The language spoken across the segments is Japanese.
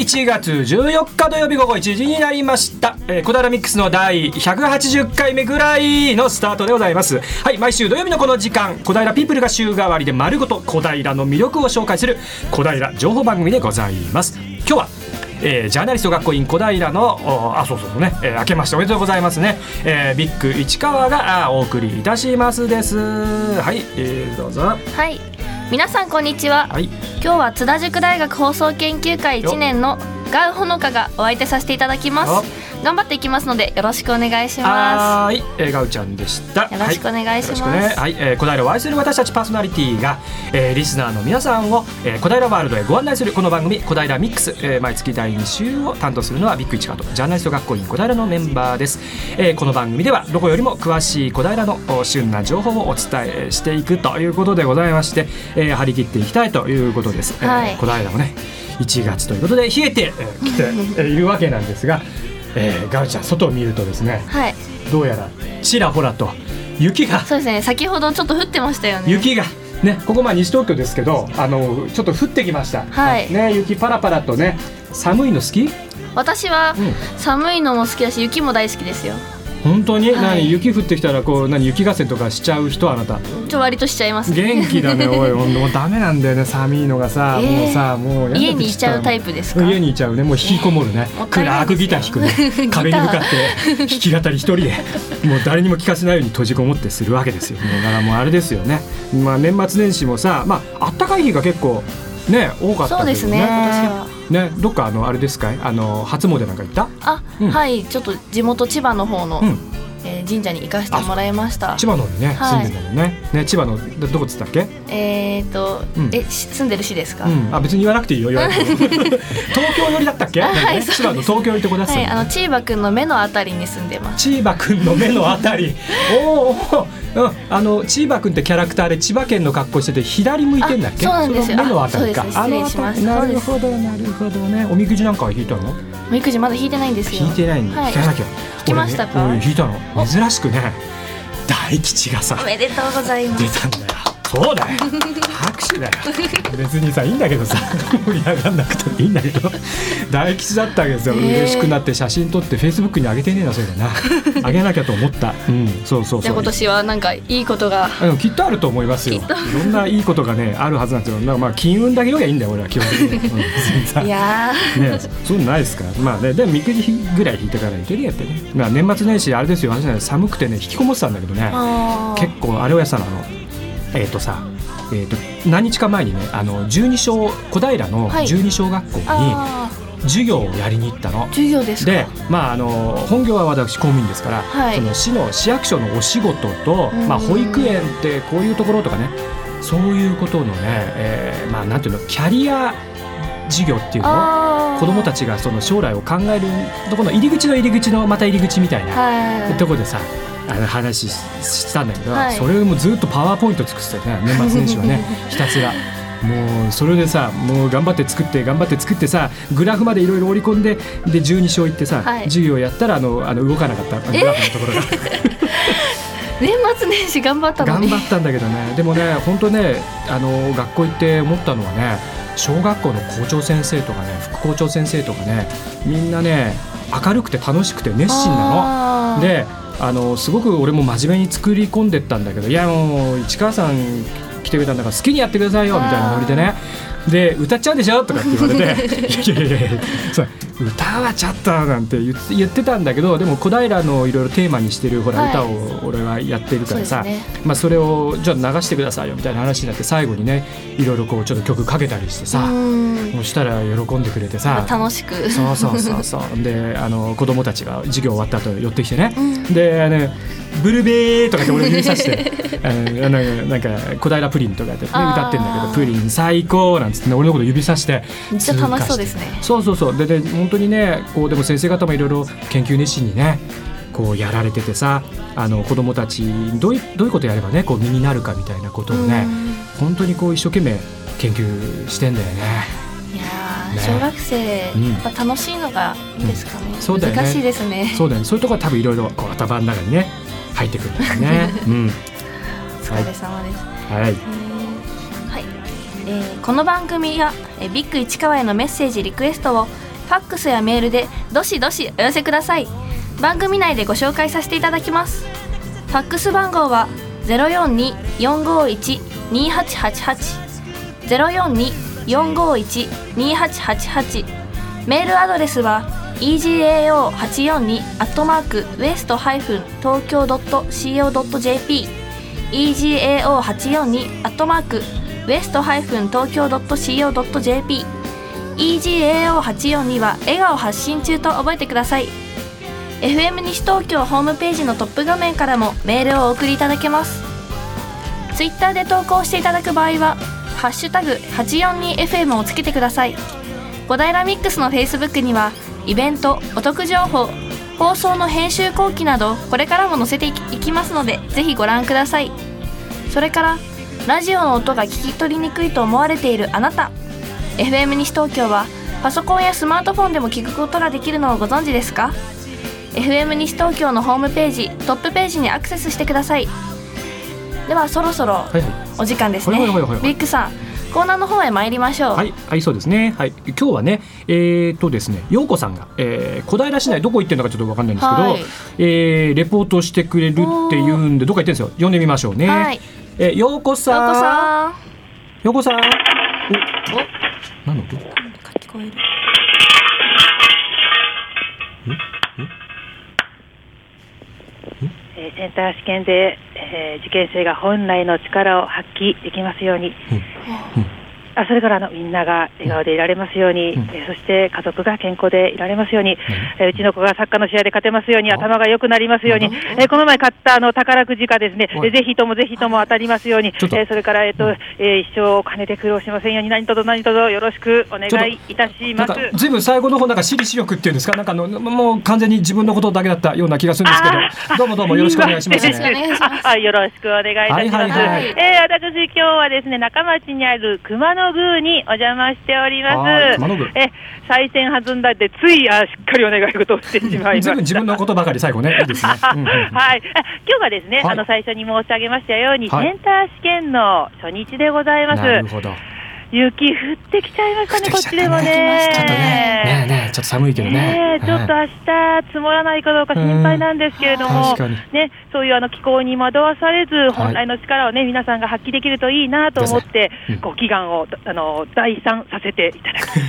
1月14日土曜日午後1時になりました。小平ミックスの第180回目ぐらいのスタートでございます。はい、毎週土曜日のこの時間、小平ピープルが週替わりで丸ごと小平の魅力を紹介する小平情報番組でございます。今日はジャーナリスト学校院小平のそうね、明けましておめでとうございますね、ビッグ市川がお送りいたしますです。はい、どうぞ。 はい、皆さんこんにちは、はい、今日は津田塾大学放送研究会1年のガウほのかがお相手させていただきます。頑張っていきますのでよろしくお願いします。 はい、ガウちゃんでした。 よろしくお願いします。 はい、小平を愛する私たちパーソナリティが、リスナーの皆さんを、小平ワールドへご案内するこの番組小平ミックス、毎月第2週を担当するのはビッグ市川とジャーナリスト学校院小平のメンバーです。この番組ではどこよりも詳しい小平の旬な情報をお伝えしていくということでございまして、張り切っていきたいということです。小平もね1月ということで冷えてきているわけなんですが、ガウちゃん外を見るとですね、はい、どうやらちらほらと雪が、 そうですね、先ほどちょっと降ってましたよね。 雪がね、ここ西東京ですけどちょっと降ってきました、はいね、雪パラパラとね。寒いの好き？ 私は寒いのも好きだし雪も大好きですよ。 本当に、はい、雪降ってきたら雪合戦とかしちゃう人？あなた割としちゃいます、ね、 元気だね。おいもうダメなんだよね、寒いのがさ、もう家にいちゃうタイプですか？ 家にいちゃうね、もう引きこもるね、暗くギター弾くね壁に向かって弾き語り一人でもう誰にも聞かせないように閉じこもってするわけですよ。だからもうあれですよね、年末年始もさ、あったかい日が結構ね多かったけどね。 そうですね、今年はね、どっかあれですかい、初詣なんか行った？ はい、ちょっと地元千葉の方の、神社に行かせてもらいました。 千葉の方にね、住んでるのね。千葉のどこっつったっけ？ 住んでる市ですか？ 別に言わなくていいよ。東京寄りだったっけ？千葉の東京寄りってことだった。 千葉くんの目のあたりに住んでます。 千葉くんの目のあたり。千葉くんってキャラクターで千葉県の格好してて左向いてんだっけ？ そうなんですよ。 目のあたりか。 失礼しました。 なるほどなるほどね。おみくじなんかは引いたの？ おみくじまだ引いてないんですよ。 引いてないんだ。引かなきゃ。 引きましたか？ 引いたの。珍しくね、大吉がさ。 おめでとうございます。 出たんだよ。そうだよ。拍手だよ。別にさいいんだけどさ、盛り上がんなくてもいいんだけど、大吉だったわけですよ。嬉しくなって写真撮ってフェイスブックに上げてねえな、それだな。上げなきゃと思った。そう。じゃあ今年はなんかいいことがきっとあると思いますよ。いろんないいことがねあるはずなんですよ。金運だけよりはいいんだよ俺は基本的に。 いやね、そうないですから。でもみくじぐらい引いてからいけるやってね。年末年始あれですよ、寒くてね引きこもってたんだけどね。結構あれをやってたの。何日か前にね小平の12小学校に授業をやりに行ったの。 授業ですか？ で、本業は私公務員ですから、その市役所のお仕事と、保育園ってこういうところとかね、そういうことのね、なんていうの、キャリア授業っていうの、子どもたちがその将来を考えるところの入り口のまた入り口みたいなところでさ、話したんだけど、それをもうずっとパワーポイント作ってたよね、年末年始はねひたすらもうそれでさ、もう頑張って作ってさ、グラフまでいろいろ織り込んで12章行ってさ、授業やったら動かなかったグラフのところが年末年始頑張ったのに。 頑張ったんだけどね。でもね本当ね、学校行って思ったのはね、小学校の校長先生とかね副校長先生とかね、みんなね明るくて楽しくて熱心なのですごく俺も真面目に作り込んでったんだけど、いやもう市川さん来てくれたんだから好きにやってくださいよみたいなノリでね、で歌っちゃうでしょとかって言われていや歌はちょっとなんて言ってたんだけど、でも小平のいろいろテーマにしてる歌を俺はやってるからさ、それをじゃあ流してくださいよみたいな話になって、最後にねいろいろちょっと曲かけたりしてさ、そしたら喜んでくれてさ、 楽しくそうで子供たちが授業終わった後寄ってきてね、でブルベーとかって俺指さしてなんか小平プリンとかって、歌ってんだけど、プリン最高なんつってね、俺のこと指さしてめっちゃ楽しそうですね。 そうで本当にねでも先生方もいろいろ研究熱心にねやられててさ、子供たちどういうことやればね身になるかみたいなことをね本当に一生懸命研究してんだよね。 いや、小学生、楽しいのがいいですかね。 そうだよね、 難しいですね。 そうだよね、そういうところは多分いろいろ頭の中にね入ってくるんだよね。 お疲れ様です。この番組はビッグ市川へのメッセージリクエストをファックスやメールでどしどしお寄せください。番組内でご紹介させていただきます。ファックス番号は 042-451-2888 042-451-2888。メールアドレスは egao842@west-tokyo.co.jp egao842@west-tokyo.co.jp egao842 は笑顔発信中と覚えてください。 FM 西東京ホームページのトップ画面からもメールをお送りいただけます。ツイッターで投稿していただく場合はハッシュタグ 842FM をつけてください。小平ミックスの Facebook にはイベント、お得情報、放送の編集後期などこれからも載せていきますのでぜひご覧ください。それからラジオの音が聞き取りにくいと思われているあなた、 FM 西東京はパソコンやスマートフォンでも聞くことができるのをご存知ですか？ FM 西東京のホームページトップページにアクセスしてください。ではそろそろお時間ですね。ビッグさん、コーナーの方へ参りましょう。 はい、はい、そうですね。はい、今日はね、ですね、陽子さんが、小平市内どこ行ってるのかちょっと分かんないんですけど、はい、レポートしてくれるっていうんでどこ行ってるんですよ。呼んでみましょうね。はい、陽子さん。陽子さん。お、何の音？聞こえる。 センター試験で、受験生が本来の力を発揮できますように、それからみんなが笑顔でいられますように、そして家族が健康でいられますように、うちの子がサッカーの試合で勝てますように、頭が良くなりますように、この前買った宝くじがですね、ぜひとも当たりますように、それから、一生お金で苦労しませんように、何卒よろしくお願いいたします。 ずいぶん最後の方なんか私利私欲っていうんですか、なんかもう完全に自分のことだけだったような気がするんですけど、どうもよろしくお願いしますね。 よろしくお願いいたします。私今日はですね、中町にある熊野宮にお邪魔しております。再選弾んだってついしっかりお願い事をしてしまいました。 自分のことばかり最後ね、いいですね。はい、 今日はですね、最初に申し上げましたように、センター試験の初日でございます。 なるほど。 雪降ってきちゃいましたね、こっちでもね。 ちょっとね、ちょっと寒いけどね。 ちょっと明日積もらないかどうか心配なんですけれども、ね、そういう気候に惑わされず、本来の力をね、皆さんが発揮できるといいなと思って、ご祈願を代参させていただきます。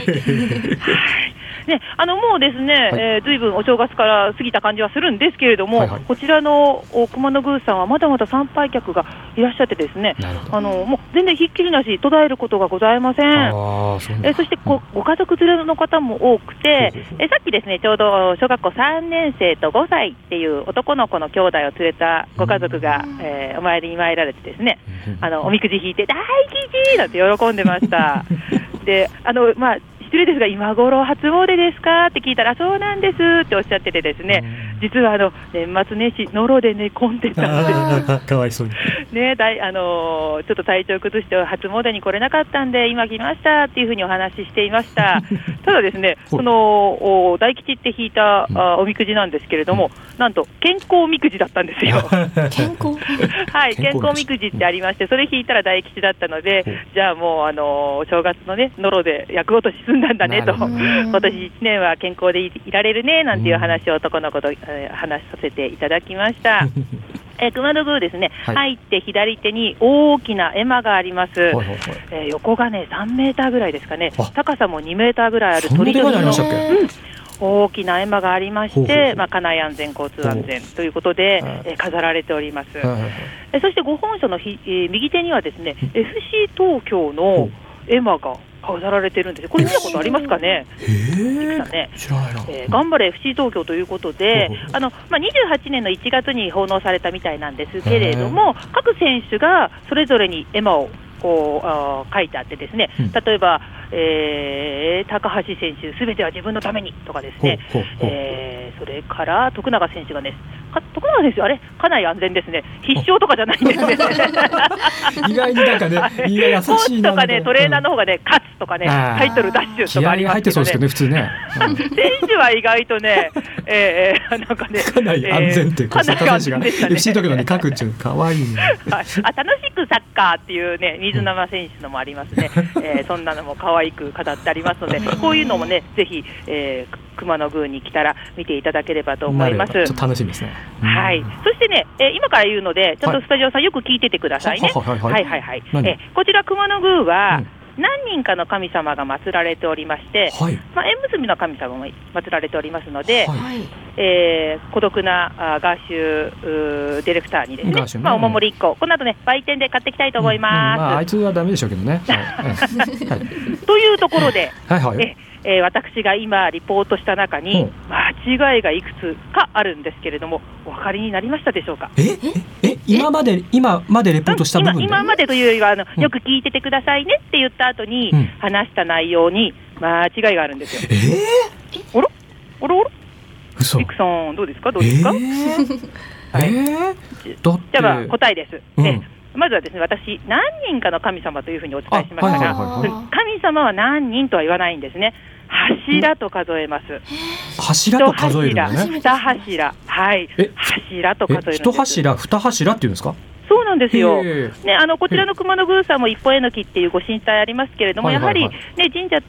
ね、もうですね、ずいぶんお正月から過ぎた感じはするんですけれども、こちらの熊野宮さんはまだまだ参拝客がいらっしゃってですね、もう全然ひっきりなし途絶えることがございません。そしてご家族連れの方も多くて、さっきですね、ちょうど小学校3年生と5歳っていう男の子の兄弟を連れたご家族が、お参りに参られてですね、おみくじ引いて大吉なんて喜んでました。で、失礼ですが今頃初詣ですかって聞いたらそうなんですっておっしゃっててですね、実は年末年始ノロで寝込んでたんです。 かわいそうにね、ちょっと体調崩して初詣に来れなかったんで今来ましたっていうふうにお話ししていました。ただですね、その大吉って引いたおみくじなんですけれども、なんと健康おみくじだったんですよ。 健康はい、健康おみくじってありまして、それ引いたら大吉だったので、じゃあもう正月のねノロで厄落とし済んだんだねと、今年1年は健康でいられるねなんていう話を男の子と話させていただきました。熊野宮ですね、入って左手に大きな絵馬があります。横がね3メーターぐらいですかね、高さも2メーターぐらいある鳥取の大きな絵馬がありまして、家内安全交通安全ということで、飾られております。そしてご本所の右手にはですね、FC 東京の絵馬が飾られてるんです。これ見たことありますかね。 知らないな。 頑張れ FC 東京ということで、28年の1月に奉納されたみたいなんですけれども、各選手がそれぞれに絵馬をこう書いてあってですね、例えば、高橋選手すべては自分のためにとかですね、それから徳永選手がね徳永選手あれかなり安全ですね。必勝とかじゃないんですね。 意外になんかね、いや優コーしいな。 チとかね、トレーナーの方がね、勝つとかね、タイトルダッシュとかありますけどね。 気合い入ってそうですけどね、普通ね。 選手は意外とね、なんかね、 かなり安全ってかなり安全でしたね。 FC 東京のに書くっちゅう可愛いね。 楽しくサッカーっていうね、水沼選手のもありますね。そんなのも可愛く飾ってありますので、こういうのもね、ぜひ、熊野宮に来たら見ていただければと思います。 ちょっと楽しみですね。 はい。そしてね、今から言うので、ちょっとスタジオさんよく聞いててくださいね。こちら熊野宮は、何人かの神様が祀られておりまして、縁結びの神様も祀られておりますので、孤独なガーシュディレクターにですね、お守り1個、この後ね、売店で買っていきたいと思います。 あいつはダメでしょうけどね。 というところで、私が今リポートした中に間違いがいくつかあるんですけれども、お分かりになりましたでしょうか。 今までレポートした部分で、 今までというよりはよく聞いててくださいねって言った後に、話した内容に間違いがあるんですよ。おろおろおろ、ビックさんどうですか、どうですか。じゃあ答えです。まずはですね、私何人かの神様というふうにお伝えしましたが、神様は何人とは言わないんですね。柱と数えます。 柱と数えるのね。 二柱、はい、柱と数えるんです。 一柱二柱っていうんですか。 そうなんですよ。ね、こちらの熊野宮さんも一本えのきっていうご神体ありますけれども、やはり、ね、神社って、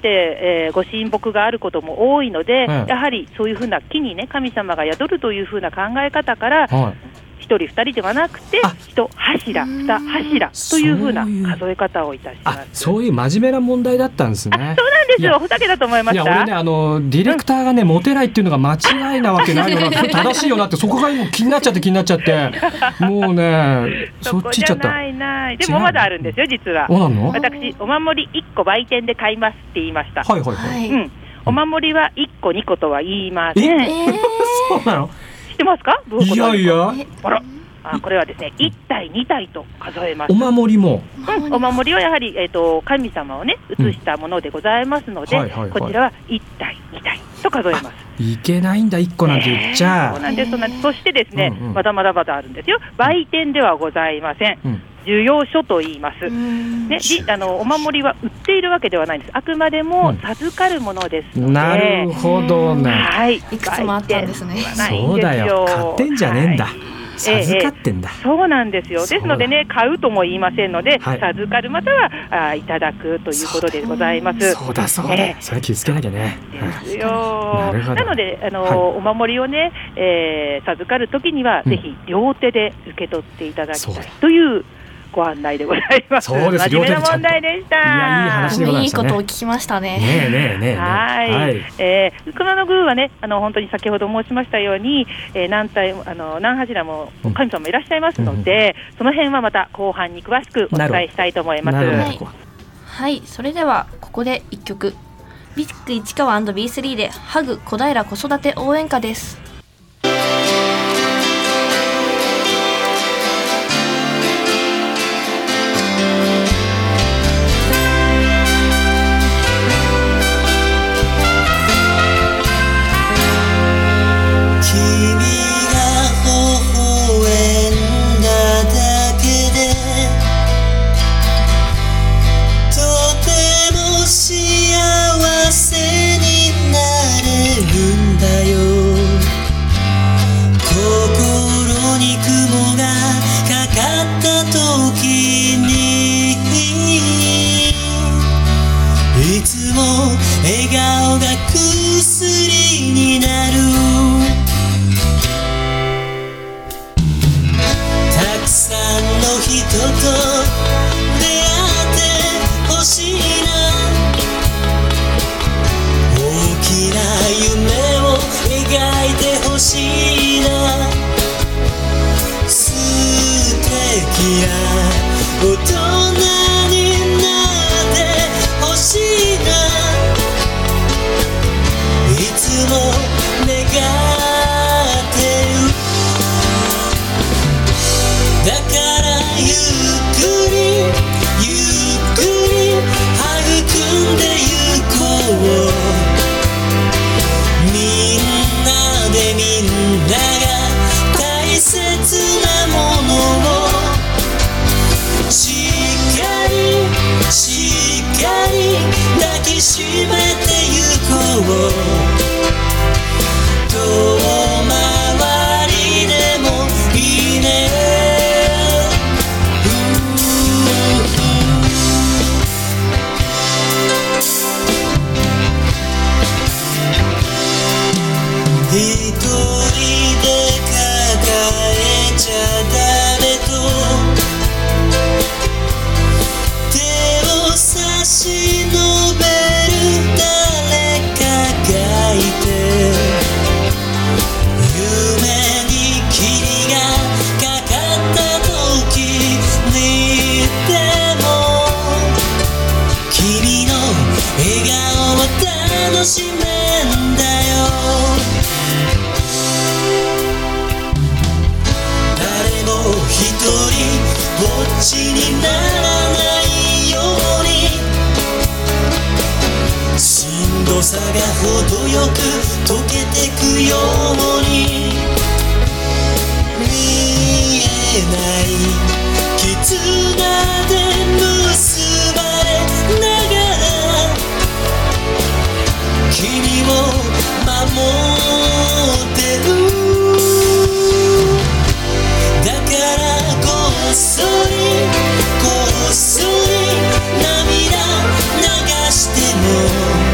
ご神木があることも多いので、やはりそういうふうな木にね、神様が宿るというふうな考え方から、一人二人ではなくて、一柱二柱というふうな数え方をいたします。 そういう真面目な問題だったんですね。 そうなんですよ。ふざけだと思いました。 いや俺ね、ディレクターがね、モテないっていうのが間違いなわけないよな、正しいよなって、そこがもう気になっちゃってもうね、そっち行っちゃった。 でもまだあるんですよ、実は。私お守り1個売店で買いますって言いました。お守りは1個2個とは言いません。 そうなの。 知ってますか。 いやいや、 これはですね、1体2体と数えます。 お守りも、 お守りはやはり、神様をね移したものでございますので、こちらは1体2体と数えます。 いけないんだ、1個なんて言っちゃ。 そうなんです。そしてですね、まだまだあるんですよ。売店ではございません。授与書と言います。ね、お守りは売っているわけではないんです。あくまでも授かるものですので。 なるほどね。 いくつもあったんですね。 そうだよ、買ってんじゃねえんだ。授かってんだ。 そうなんですよ。ですのでね、買うとも言いませんので、授かるまたはいただくということでございます。 そうだ、それ気をつけなきゃね。 ですよ。なのでお守りをね、授かるときにはぜひ両手で受け取っていただきたいというご案内でございます。 そうです。 真面目な問題でした。 いや、いい話でございましたね。 いいことを聞きましたね。 はい。熊野宮はね、本当に先ほど申しましたように、何柱も神様もいらっしゃいますので、その辺はまた後半に詳しくお伝えしたいと思います。 はい、それではここで1曲、ビッグ市川&B3でハグ小平子育て応援歌です。 みんなが一人ぼっちにならないようにしんどさが程よく溶けてくように見えない絆で結ばれながら君を守ってるだからこっそりこっそり涙流しても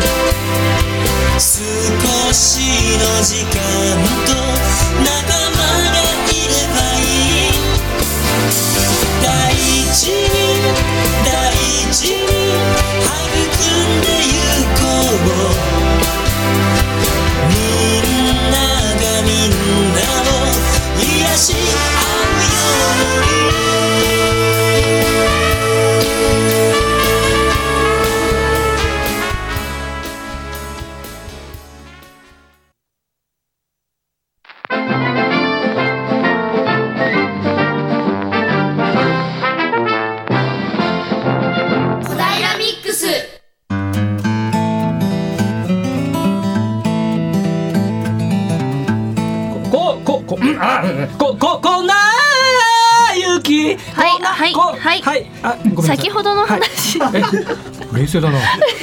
少しの時間と仲間がいればいい大事に大事に育んでゆこうみんながみんなを癒し合うように小平ミックス。 こな雪はいあごめんなさい先ほどの話、 冷静だな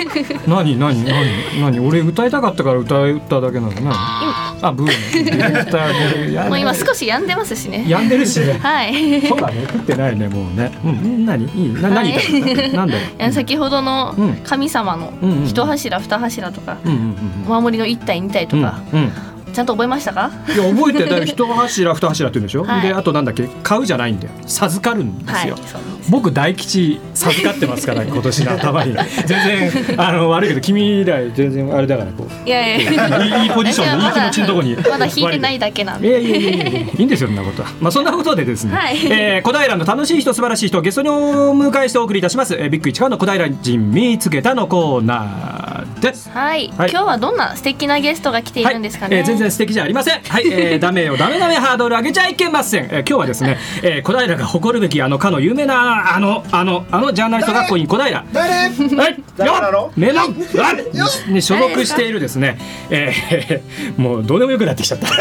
何俺歌いたかったから歌っただけなのなあブーねもう今少し病んでますしね。 病んでるしねはいそうだね食ってないねもうね何いい何だなんだよいや先ほどの神様の一柱二柱とかお守りの一体二体とかちゃんと覚えましたか？ いや覚えてたよ一柱二柱って言うんでしょ、 はい、 であとなんだっけ買うじゃないんだよ授かるんですよ、 はい、 僕大吉授かってますから今年の頭に全然悪いけど君ら全然あれだからこういやいいポジションでいい気持ちのとこにまだ引いてないだけなんでいいんですよそんなことは、まあ、そんなことでですね、 はい小平の楽しい人素晴らしい人をゲストにお迎えしてお送りいたします、ビッグ一番の小平人見つけたのコーナーです。 はい、今日はどんな素敵なゲストが来ているんですかね？ 全然素敵じゃありません。はい、ダメよダメハードル上げちゃいけません。今日はですね、小平が誇るべきかの有名なあのジャーナリスト学校員小平目のに所属しているですね、もうどうでもよくなってきちゃった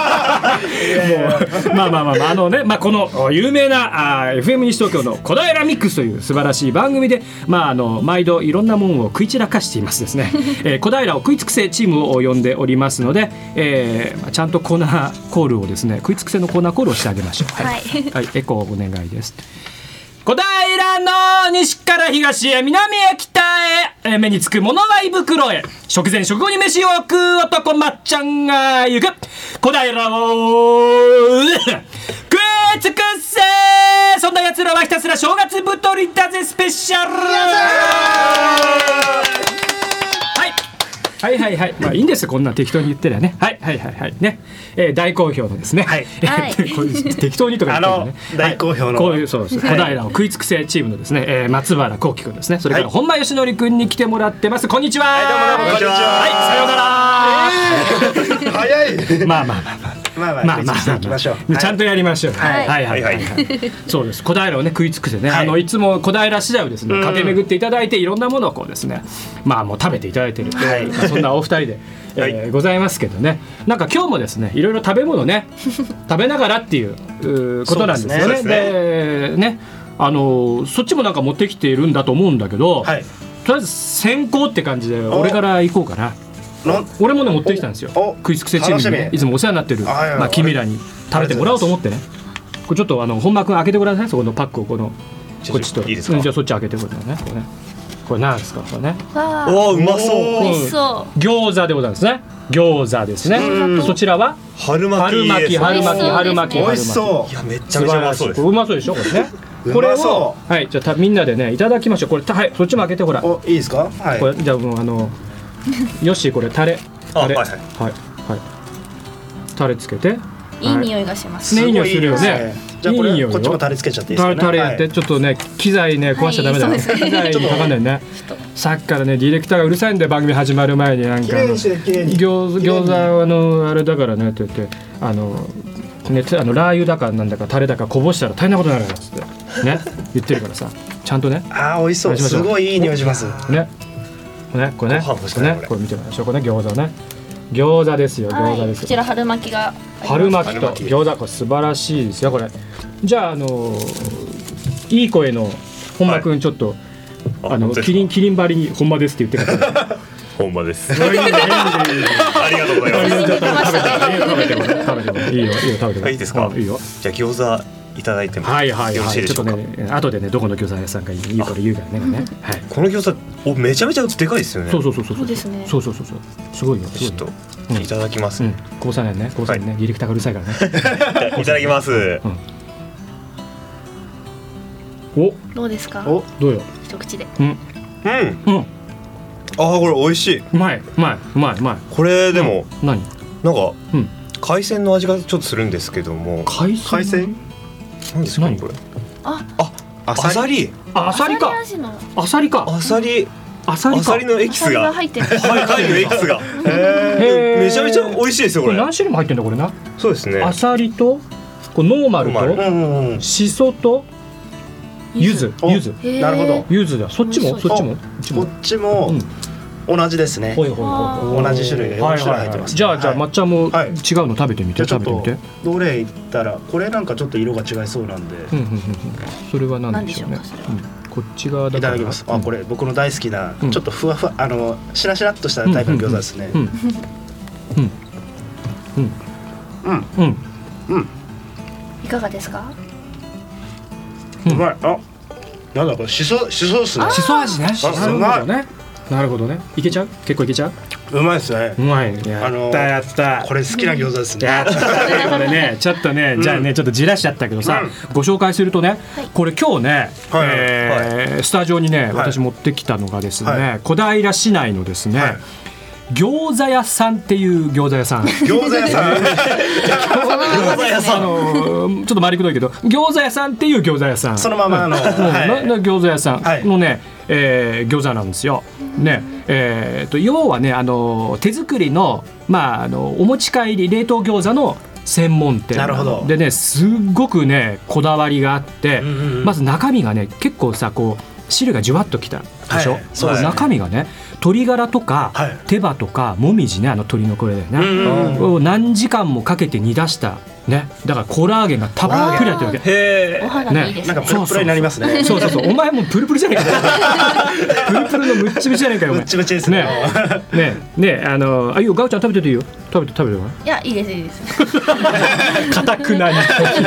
もうこの有名なFM 西東京の小平ミックスという素晴らしい番組で、毎度いろんなものを食い散らかしていますですね、小平を食いつくせチームを呼んでおりますので、ちゃんとコーナーコールをですね食いつくせのコーナーコールをしてあげましょう。はい、エコーお願いです。小平の西から東へ南へ北へ、目につくものは胃袋へ食前食後に飯を食う男まっちゃんが行く小平を食いつくせそんな奴らはひたすら正月太りだぜスペシャルはい、まあいいんですよこんなん適当に言ってりゃね。はいね、大好評のですね、こういう適当にとか言ってるね大好評の、 こういうそうです、小平を食いつくせチームのですね、松原幸輝くんですね、それから本間義則くんに来てもらってます。こんにちは。 どうもこんにちは。 はい、さようなら。 早い。 まあ行きましょう。 ちゃんとやりましょう。はいそうです。小平をね食いつくせね、いつも小平市内をですね駆け巡っていただいていろんなものをこうですねもう食べていただいている、そんなお二人でございますけどね、なんか今日もですねいろいろ食べ物ね食べながらっていうことなんですよね。でねそっちもなんか持ってきているんだと思うんだけど、とりあえず先行って感じで俺から行こうかな。俺もね持ってきたんですよ食いつくせチームにねいつもお世話になってる君らに食べてもらおうと思ってね。これちょっと本間くん開けてください。そこのパックをこっちといいですか。じゃあそっち開けてくださいね。これ何ですかこれね。 おうまそう。 美味しそう。 餃子でございますね。餃子ですね。そちらは春巻き。 美味しそう。いやめっちゃうまそうです。 うまそうでしょこれね。これをはいじゃあみんなでねいただきましょう。これはいそっちも開けてほら。 いいですか。 これじゃあもうよしこれタレはいタレつけていい匂いがします。 いい匂いするよね。 じゃあこれこっちもタレつけちゃっていいですかね。 タレやってちょっとね機材ね壊しちゃダメだよ。機材にかかんないね。さっきからねディレクターがうるさいんで番組始まる前になんか餃子あれだからねって言ってね、ラー油だかなんだかタレだかこぼしたら大変なことになるよっつってね言ってるからさ、ちゃんとね、 あー美味しそう、すごいいい匂いしますね、これねこれ見てみましょう。これね餃子ね、餃子ですよ、餃子ですよ。 こちら春巻きが春巻きと餃子、これ素晴らしいですよこれ。じゃあいい声の本間くんちょっと、キリン張りに本間ですって言ってください。 本場です。 ありがとうございます。 食べていいよ食べてもいいですか。 いいよ。 じゃあ餃子いただいてもよろしいでしょうか。 ちょっとね後でねどこの餃子屋さんがいいこれ言うからね。はい。 この餃子めちゃめちゃでかいですよね。 そうですね。 そうすごいよ。 ちょっといただきます。 こぼさないね、こぼさないね、ディレクターがうるさいからね。 いただきます。 お、 どうですか。 どうよ。 一口で。 あ、これ美味しい。 うまい。 これでも何？ なんか海鮮の味がちょっとするんですけども。 海鮮？ 何ですかこれ？アサリ。 アサリか。アサリのエキスが入ってる。 貝のエキスが。めちゃめちゃ美味しいですよこれ。 何種類も入ってんだこれな。 そうですね。 アサリとこれノーマルとシソと柚子。 なるほど。 柚子だ。そっちもこっちも同じですね。同じ種類が4種類入ってます。 じゃあ抹茶も違うの食べてみて。 ちょっとどれいったらこれなんかちょっと色が違いそうなんで。 それは何でしょうね。こっち側だ。 いただきます。これ僕の大好きなちょっとふわふわしなしなっとしたタイプの餃子ですね。 いかがですか。 うまい。なんだこれしそですね。 しそ味ね。なるほどね。いけちゃう？結構いけちゃう？ うまいですね。 うまい。やった。 これ好きな餃子ですね。 やったね。これね、ちょっとね、じゃあね、ちょっとじらしちゃったけどさ、ご紹介するとね、これ今日ね、スタジオにね、私持ってきたのがですね、小平市内のですね、餃子屋さんっていう餃子屋さん。 餃子屋さん。 ちょっと回りくどいけど、餃子屋さんっていう餃子屋さん。 そのまま餃子屋さんのね、餃子なんですよ。ね、要はね手作りのお持ち帰り冷凍餃子の専門店でね、すっごくねこだわりがあって、まず中身がね結構さこう汁がじゅわっときたでしょ。その中身がね鶏ガラとか手羽とかもみじね、鶏のこれだよね、何時間もかけて煮出したね、だからコラーゲンがたっぷり入ってるわけ。 お肌いいですね。 なんかプルプルになりますね。 そうお前もプルプルじゃねえか。プルプルのムッチムチじゃねえかよ。 ムッチムチですね。 ねいいよガウちゃん食べてていいよ。食べてよ。 いやいいですかたくなに。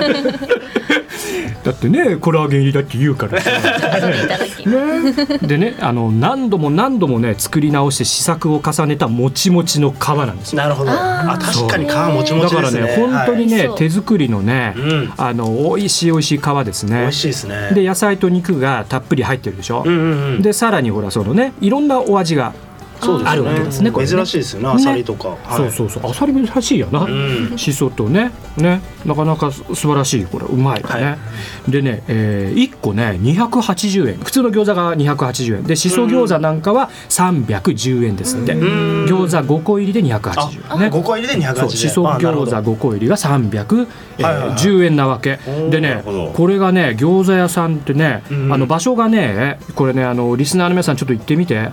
だってねコラーゲン入りだって言うからさ。でね何度もね作り直して試作を重ねたもちもちの皮なんですよ。 なるほど。確かに皮もちもちですね。 だからね本当にね手作りのね美味しい皮ですね。 美味しいですね。 で野菜と肉がたっぷり入ってるでしょ。でさらにほらそのねいろんなお味があるわけですね。これ珍しいですよね。アサリとか。 そうアサリ珍しいよな。しそとねなかなか素晴らしい、これうまいね。でね1個ね280円、普通の餃子が280円でしそ餃子なんかは310円ですって。餃子5個入りで280円ね。 5個入りで280円。 しそ餃子5個入りが310円なわけでね。これがね餃子屋さんってね場所がねこれねリスナーの皆さんちょっと行ってみて。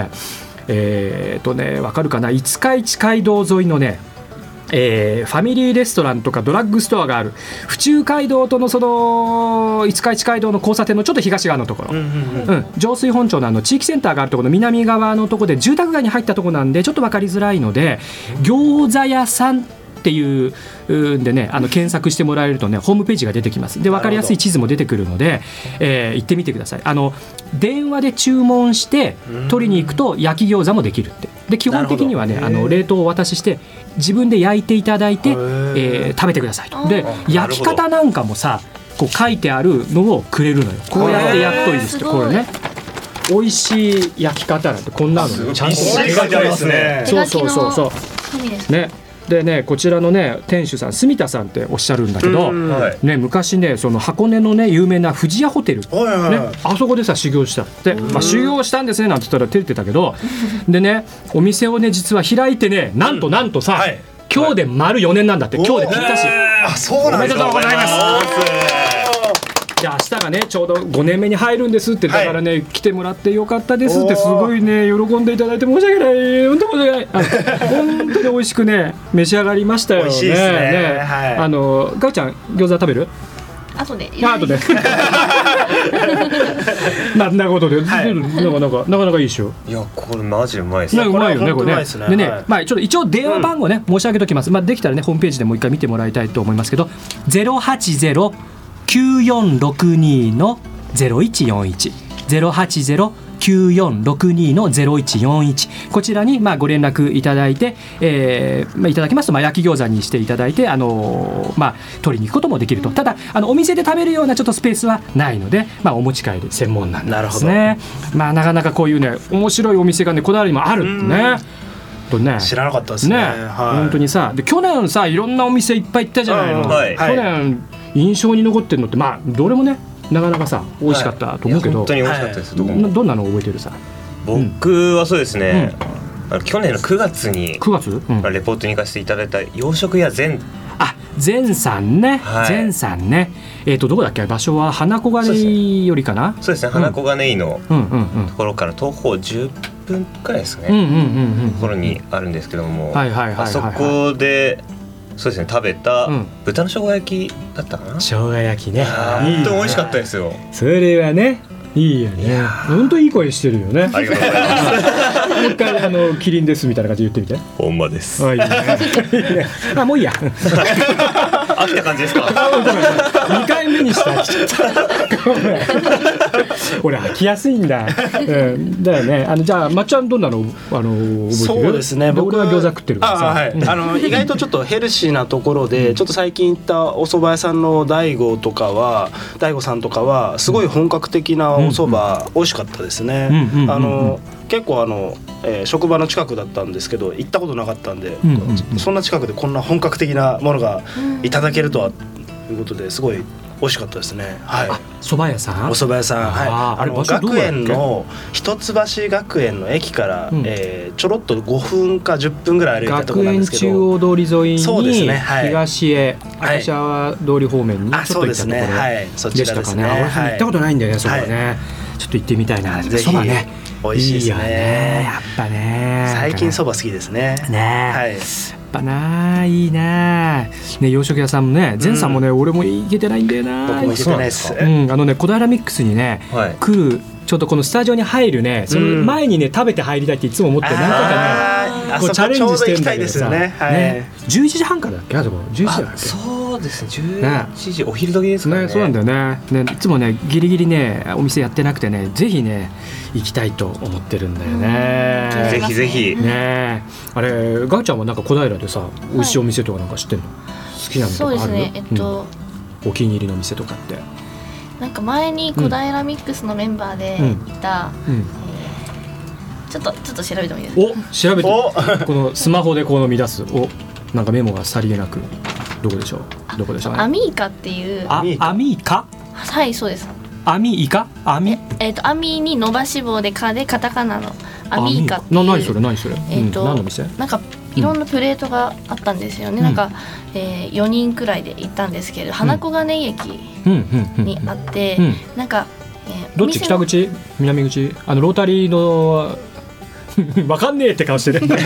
わかるかな、五日市街道沿いのねファミリーレストランとかドラッグストアがある府中街道とのその五日市街道の交差点のちょっと東側のところ、上水本町の地域センターがあるところの南側のところで住宅街に入ったところなんでちょっと分かりづらいので、餃子屋さんっていうんでね検索してもらえるとねホームページが出てきます。で分かりやすい地図も出てくるので、行ってみてください。電話で注文して取りに行くと焼き餃子もできるって。で基本的にはね冷凍をお渡しして自分で焼いていただいて、食べてくださいと。で焼き方なんかもさこう書いてあるのをくれるのよ。こうやって焼くといいですって。これね美味しい焼き方なんてこんなのちゃんと書いてありますね。 そうね。でねこちらのね店主さん住田さんっておっしゃるんだけど、ね、昔ねその箱根のね有名な富士屋ホテル、ね、あそこでさ修行したって、修行したんですねなんて言ったら照れてたけどでねお店をね実は開いてねなんとさ、今日で丸4年なんだって。今日でぴったし。 そうなんですか。 おめでとうございます。じゃあ明日がねちょうど5年目に入るんですって、だからね、来てもらってよかったですって、すごいね喜んでいただいて申し訳ない、本当申し訳ない。本当に美味しくね召し上がりましたよね。 美味しいですね。はい。 ガウちゃん餃子食べる？ 後でなことで、なかなかいいでしょ。 いやこれマジうまいですね。 うまいよねこれね。でね、まあちょっと一応電話番号ね申し上げときます。まあできたらねホームページでもう一回見てもらいたいと思いますけど、080-9462-0141 080-9462-0141こちらにご連絡いただいて、いただきますと焼き餃子にしていただいて取りに行くこともできると。ただお店で食べるようなちょっとスペースはないので、お持ち帰り専門なんですね。なかなかこういうね面白いお店がねこだわりもあるってね。 知らなかったですね。 本当にさ、で去年さいろんなお店いっぱい行ったじゃないの。去年印象に残ってるのってどれもねなかなかさ美味しかったと思うけど、 本当に美味しかったです。どんなの覚えてるさ？ 僕はそうですね、去年の9月にレポートに行かせていただいた洋食屋善。 善さんね、善さんね。どこだっけ場所は花小金井よりかな。 そうですね、花小金井のところから徒歩10分くらいですね、ところにあるんですけども、あそこでそうですね食べた豚の生姜焼きだったかな。 生姜焼きね、 本当美味しかったですよ。 それはねいいよね。本当いい声してるよね。 ありがとうございます。 もう一回キリンですみたいな感じで言ってみて。 ほんまです。 いいね。もういいや。 飽きた感じですか。 2回目にして飽きちゃった。俺飽きやすいんだ。だよね。じゃあまっちゃんどんなの覚えてる？ そうですね。 僕は餃子食ってるからさ。 意外とちょっとヘルシーなところで、ちょっと最近行ったお蕎麦屋さんの大悟さんとかはすごい本格的なお蕎麦美味しかったですね。結構職場の近くだったんですけど行ったことなかったんで、そんな近くでこんな本格的なものがいただけるとはということですごい美味しかったですね。 蕎麦屋さん？ お蕎麦屋さん。学園の一橋学園の駅から、ちょろっと5分か10分ぐらい歩いたところなんですけど、 学園中央通り沿いに東へはい東川通り方面にちょっと行ったところでしたかね。俺行ったことないんだよねそこね。ちょっと行ってみたいな。蕎麦ね美味しいですね。 やっぱね。 最近蕎麦好きですね。 やっぱないいな。洋食屋さんもね、善さんもね、俺も行けてないんだよな。 僕も行けてないです。 小平ミックスにね、来るちょっとこのスタジオに入るね、その前にね食べて入りたいっていつも思って何回かねこうチャレンジしてるんだけどさ、11時半からだっけあそこ11時だっけ。 そうですね、11時お昼時ですかね。 そうなんだよね。いつもねギリギリねお店やってなくてね、ぜひね行きたいと思ってるんだよね。 ぜひぜひね。あれガウちゃんはなんか小平でさ美味しいお店とかなんか知ってんの？好きなのとかある？ そうですね。 お気に入りの店とかって。 なんか前に小平ミックスのメンバーでいた、ちょっと調べてもいいですか？ 調べてこのスマホでこの見出すなんかメモがさりげなくどこでしょうアミーカっていう。 アミーカ？ はいそうです。 アミイカ？アミに伸ばし棒でカでカタカナのアミーカっていう。 何それ何の店？ なんかいろんなプレートがあったんですよね。なんか4人くらいで行ったんですけど、花小金井駅にあって、なんかどっち？北口？南口？ロータリーのわかんねえって顔してる細か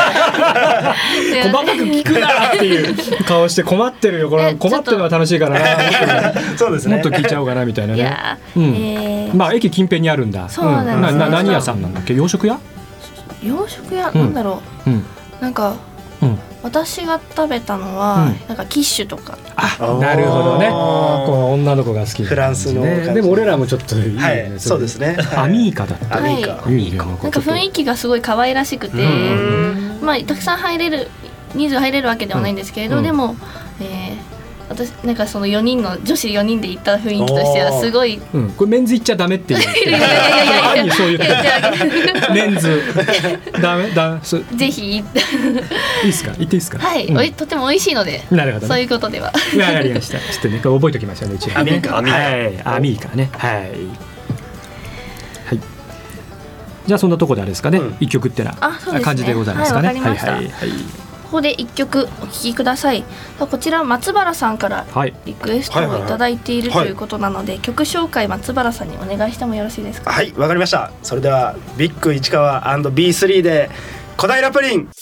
く聞くなっていう顔して困ってるよ。これ困ってるのは楽しいからなそうですね。 もっと聞いちゃおうかなみたいなね。まあ駅近辺にあるんだ。 そうなんですね。 何屋さんなんだっけ？洋食屋なんだろう。なんか私が食べたのはなんかキッシュとか。 なるほどね。この女の子が好きフランスのでも俺らもちょっといいね。 そうですね。 アミーカだった。 なんか雰囲気がすごい可愛らしくて、まあたくさん人数入れるわけではないんですけれど、でも私なんかその女子4人で行った雰囲気としてはすごい、 これメンズ行っちゃダメっていう。何そう言ってメンズダメぜひいいですか？言っていいですか？ はい、とても美味しいので。なるほど。そういうことでは。わかりました。ちょっとね覚えておきましょうね。 アミーカね。はい。じゃあそんなところであれですかね。一曲ってな感じでございますかね。 ここで1曲お聴きください。こちら松原さんからリクエストをいただいているということなので、曲紹介松原さんにお願いしてもよろしいですか。 はい、わかりました。それではビッグ市川 &B3 で小平プリン。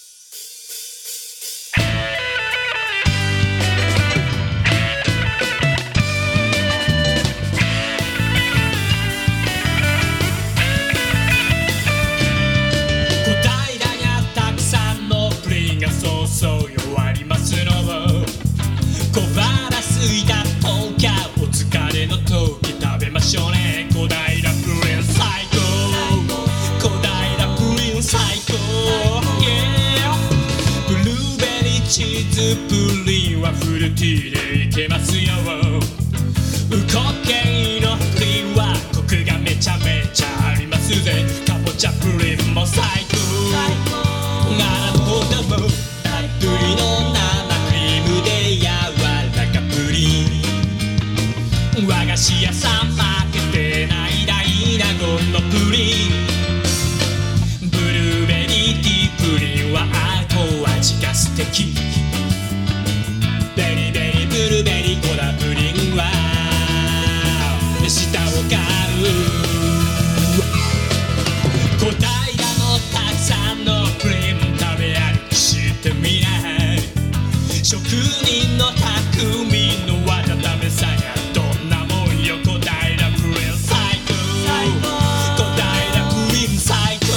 チーズプリンはフルーティーでいけますよ。ウコッケイのプリンはコクがめちゃめちゃありますぜ。かぼちゃプリンも最高。なるほどもたっぷりの生クリームで柔らかプリン。和菓子屋さん負けてない大納言のプリン。ブルーベリーティープリンは後味が素敵。ベリベリブルベリーコラプリンは舌を買う。小平のたくさんのプリン食べ歩きしてみない。職人の匠の技試さやどんなもんよ。小平プリン最高。小平プリン最高。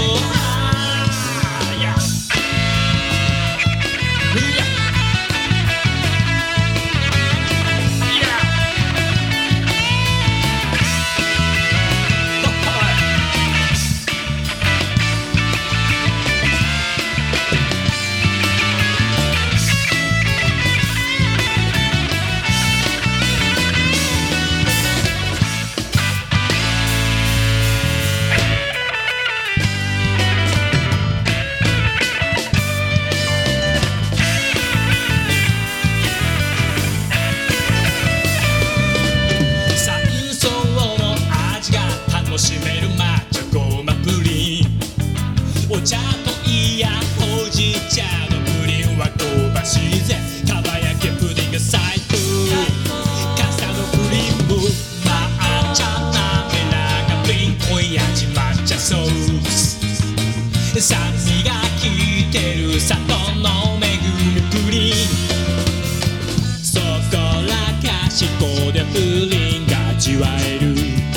楽しめる抹茶ごまプリン。お茶といやほうじ茶のプリンは香ばしいぜ。かば焼きプリンが最高。傘のプリンも抹茶なめらかプリン。濃い味抹茶ソース。酸味が効いてる砂糖の恵みプリン。そこらかしこでプリンが味わえる。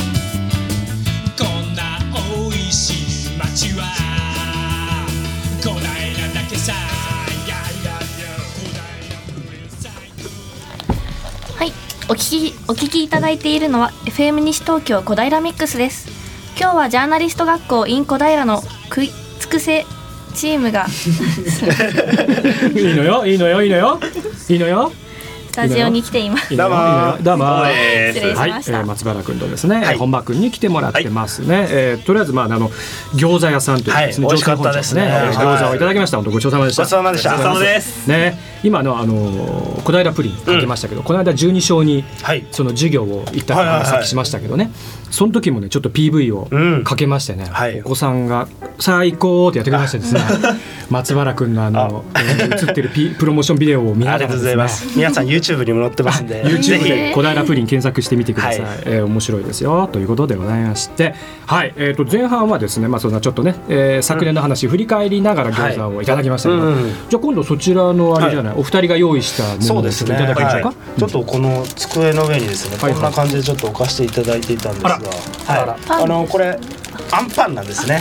お聞きいただいているのは FM 西東京小平ミックスです。今日はジャーナリスト学校 in 小平の食い尽くせチームがいいのよいいのよいいのよいいのよスタジオに来ています。 どうもどうも失礼しました。 松原君とですね、本間君に来てもらってますね。とりあえず餃子屋さんというですね、 美味しかったですね。 餃子をいただきました。本当ごちそうさまでした。 ごちそうさまでした。 ごちそうさまですね。今の小平プリンかけましたけど、この間12章にその授業を行ったさっきしましたけどね、その時もねちょっと PV をかけましてね、お子さんが最高ってやってくれましてですね、松原君の映ってるプロモーションビデオを見ながらですね、 皆さん YouTube にも載ってますんで YouTube で小平プリン検索してみてください。面白いですよということでございまして、前半はですね、そんなちょっとね、昨年の話振り返りながら餃子をいただきましたけど、じゃあ今度そちらのあれじゃない、お二人が用意したものをちょっといただきましょうか。 ちょっとこの机の上にですね、こんな感じでちょっと置かせていただいていたんですが、これアンパンなんですね。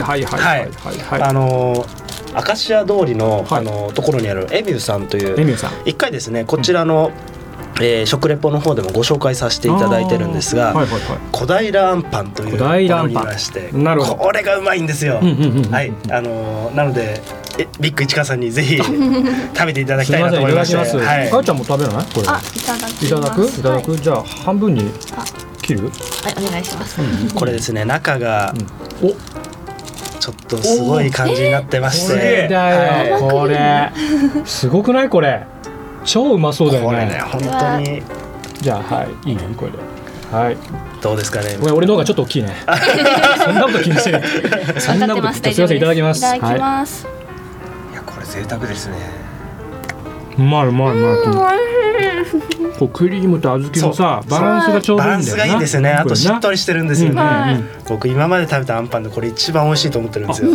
アカシア通りのところにあるエミューさんという一回ですね、こちらの食レポの方でもご紹介させていただいてるんですが、小平あんパンというものにいまして、これがうまいんですよ。なのでビッグ市川さんにぜひ食べていただきたいなと思いまして。 かあちゃんも食べない？これ。いただく。じゃあ半分に切る？ はい、お願いします。 これですね、中がちょっとすごい感じになってまして、 これすごくない？これ超うまそうだよね。 これね本当に。 じゃあいいねこれで。 どうですかね。 俺の方がちょっと大きいね。そんなこと気にしてない。そんなこと。すみません、いただきます。 いただきます。 いやこれ贅沢ですね。 うまい。こうクリームと小豆のさバランスがちょうどいいんだよな。バランスがいいですね。あとしっとりしてるんですよね。僕今まで食べたあんパンでこれ一番美味しいと思ってるんですよ。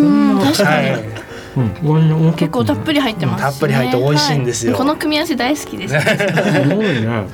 結構たっぷり入ってます。 たっぷり入って美味しいんですよ。 この組み合わせ大好きです。 すごいね。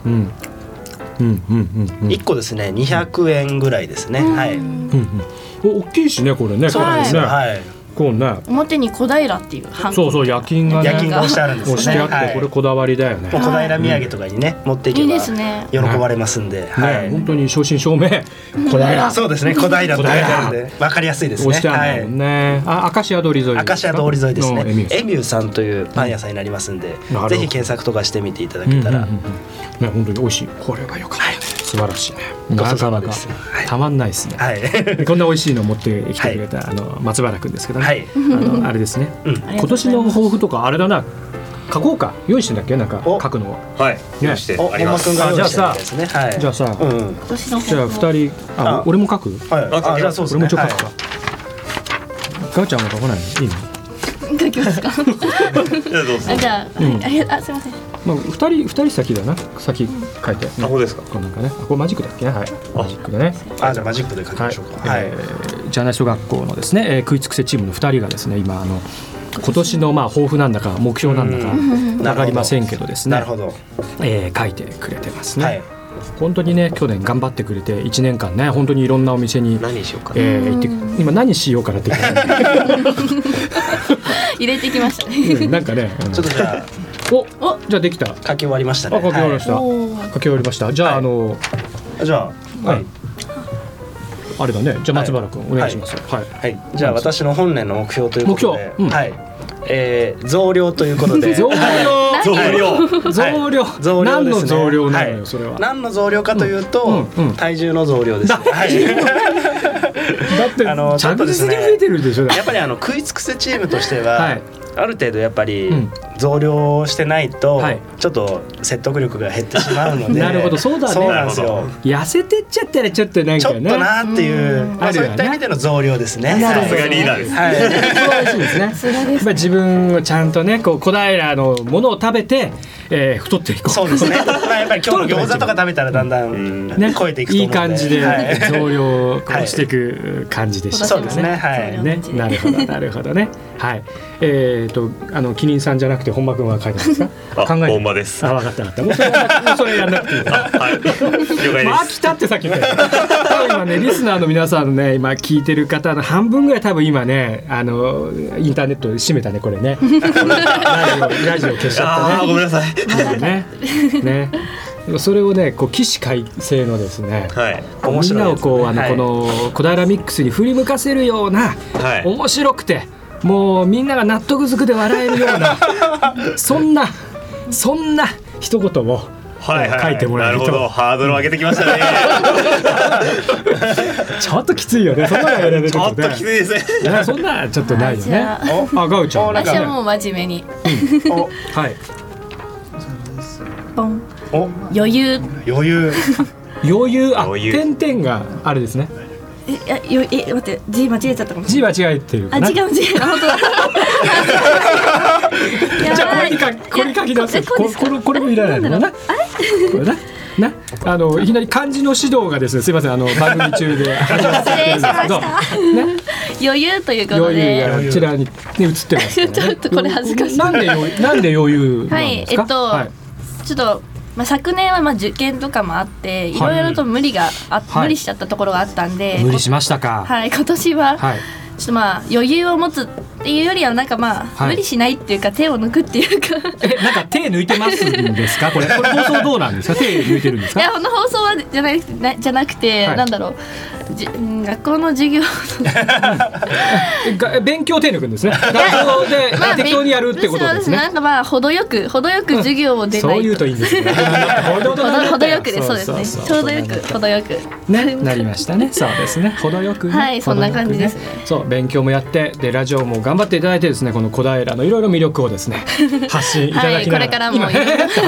1個ですね200円ぐらいですね。はい。 大きいしねこれね。 そうですね。はい。 こうね、 表に小平っていうハンコ、 そう夜勤がね押してあるんですね。 押してあってこれこだわりだよね。 小平土産とかにね持っていけば喜ばれますんで、 本当に正真正銘小平。 そうですね小平と書いてあるんで分かりやすいですね。 押してあるもんね。明石家通り沿い。 明石家通り沿いですね。エミューさんというパン屋さんになりますんで、ぜひ検索とかしてみていただけたら。 本当に美味しい。これは良かった。素晴らしいね。なかなかたまんないですね。こんな美味しいのを持ってきてくれた松原くんですけどね。あれですね。今年の抱負とかあれだな。書こうか。用意してんだっけなんか書くのを。 はい。用意してあります。 じゃあさ、じゃあ2人俺も書く。 じゃあそうですね。 俺もちょっと書くか。ガウちゃんも書かないの？いいの？ 書きますか。じゃあすみません。 二人先だな。先書いて。 ここですか。 これなんかね。これマジックだっけね。はい。マジックでね。 じゃあマジックで書きましょうか。 ジャーナリスト学校のですね食いつくせチームの2人がですね今今年の抱負なんだか目標なんだか分かりませんけどですね。 なるほど。 書いてくれてますね。本当にね去年頑張ってくれて1年間ね本当にいろんなお店に何しようか行って今何しようかなって入れてきましたね。 なんかねちょっとじゃあじゃあできた。 書き終わりましたね。 書き終わりました。書き終わりました。じゃあじゃああれだね。じゃあ松原君お願いします。 はい。じゃあ私の本年の目標ということで、はい。増量ということで。 増量。何の増量なのよそれは。 何の増量かというと体重の増量です。だって着実に増えてるでしょ。 やっぱり食いつくせチームとしてはある程度やっぱり増量してないとちょっと説得力が減ってしまうので。 なるほどそうだね。 そうなんですよ。 痩せてっちゃったらちょっとなんかね。 ちょっとなっていうそういった意味での増量ですね。 さすがリーダーです。 はい。素晴らしいですね。自分をちゃんとね小平のものを食べて太っていこう。 そうですね。やっぱり今日の餃子とか食べたらだんだん超えていくと思うので。いい感じで増量をしていく感じでしたね。 そうですね。はい。 なるほどね。はい。キリンさんじゃなくて本間くんは書いてますか？ 本間です。 分かった。もうそれやんなくていい。 はい。了解です。 飽きたってさっき言った。今ねリスナーの皆さんね今聞いてる方の半分ぐらい多分今ねインターネット閉めたねこれね。ラジオ消しちゃったね。 ごめんなさい。 ね。それをねこう起死回生のですね、みんなをこうこの小平ミックスに振り向かせるような、面白くてもうみんなが納得づくで笑えるようなそんな一言を書いてもらえると。 なるほど。ハードルを上げてきましたね。 ちょっときついよね。そんなのやれるちょっときついですね。 そんなちょっとないよね。ガウちゃん。 私はもう真面目に。 はい。 ポン。余裕。 点々があれですね。 待って字間違えちゃったかもしれない。字間違えてるかな。 違う本当だ。 じゃあこれ書き出す。これもいらないのかな。これないきなり漢字の指導がですねすいません番組中で始まってるんですけど余裕ということでこちらに映ってますからね。 ちょっとこれ恥ずかしい。 なんで余裕なんですか？ ちょっと昨年は受験とかもあっていろいろと無理しちゃったところがあったんで、 無理しましたか？ はい、今年はちょっと余裕を持つっていうよりはなんか無理しないっていうか手を抜くっていうかなんか手抜いてますんですか？これ放送どうなんですか？手抜いてるんですか？ いやこの放送はじゃなくて、なんだろう学校の授業勉強手抜くんですね。学校で適当にやるってことですね。 なんか程よく授業を出ないと。 そう言うといいんですね。 程よくでそうですね。ちょうどよく程よくねなりましたね。そうですね。程よくね。 はいそんな感じですね。 そう勉強もやってでラジオも頑張っていただいてですねこの小平のいろいろ魅力をですね発信いただきながら。 これからも。い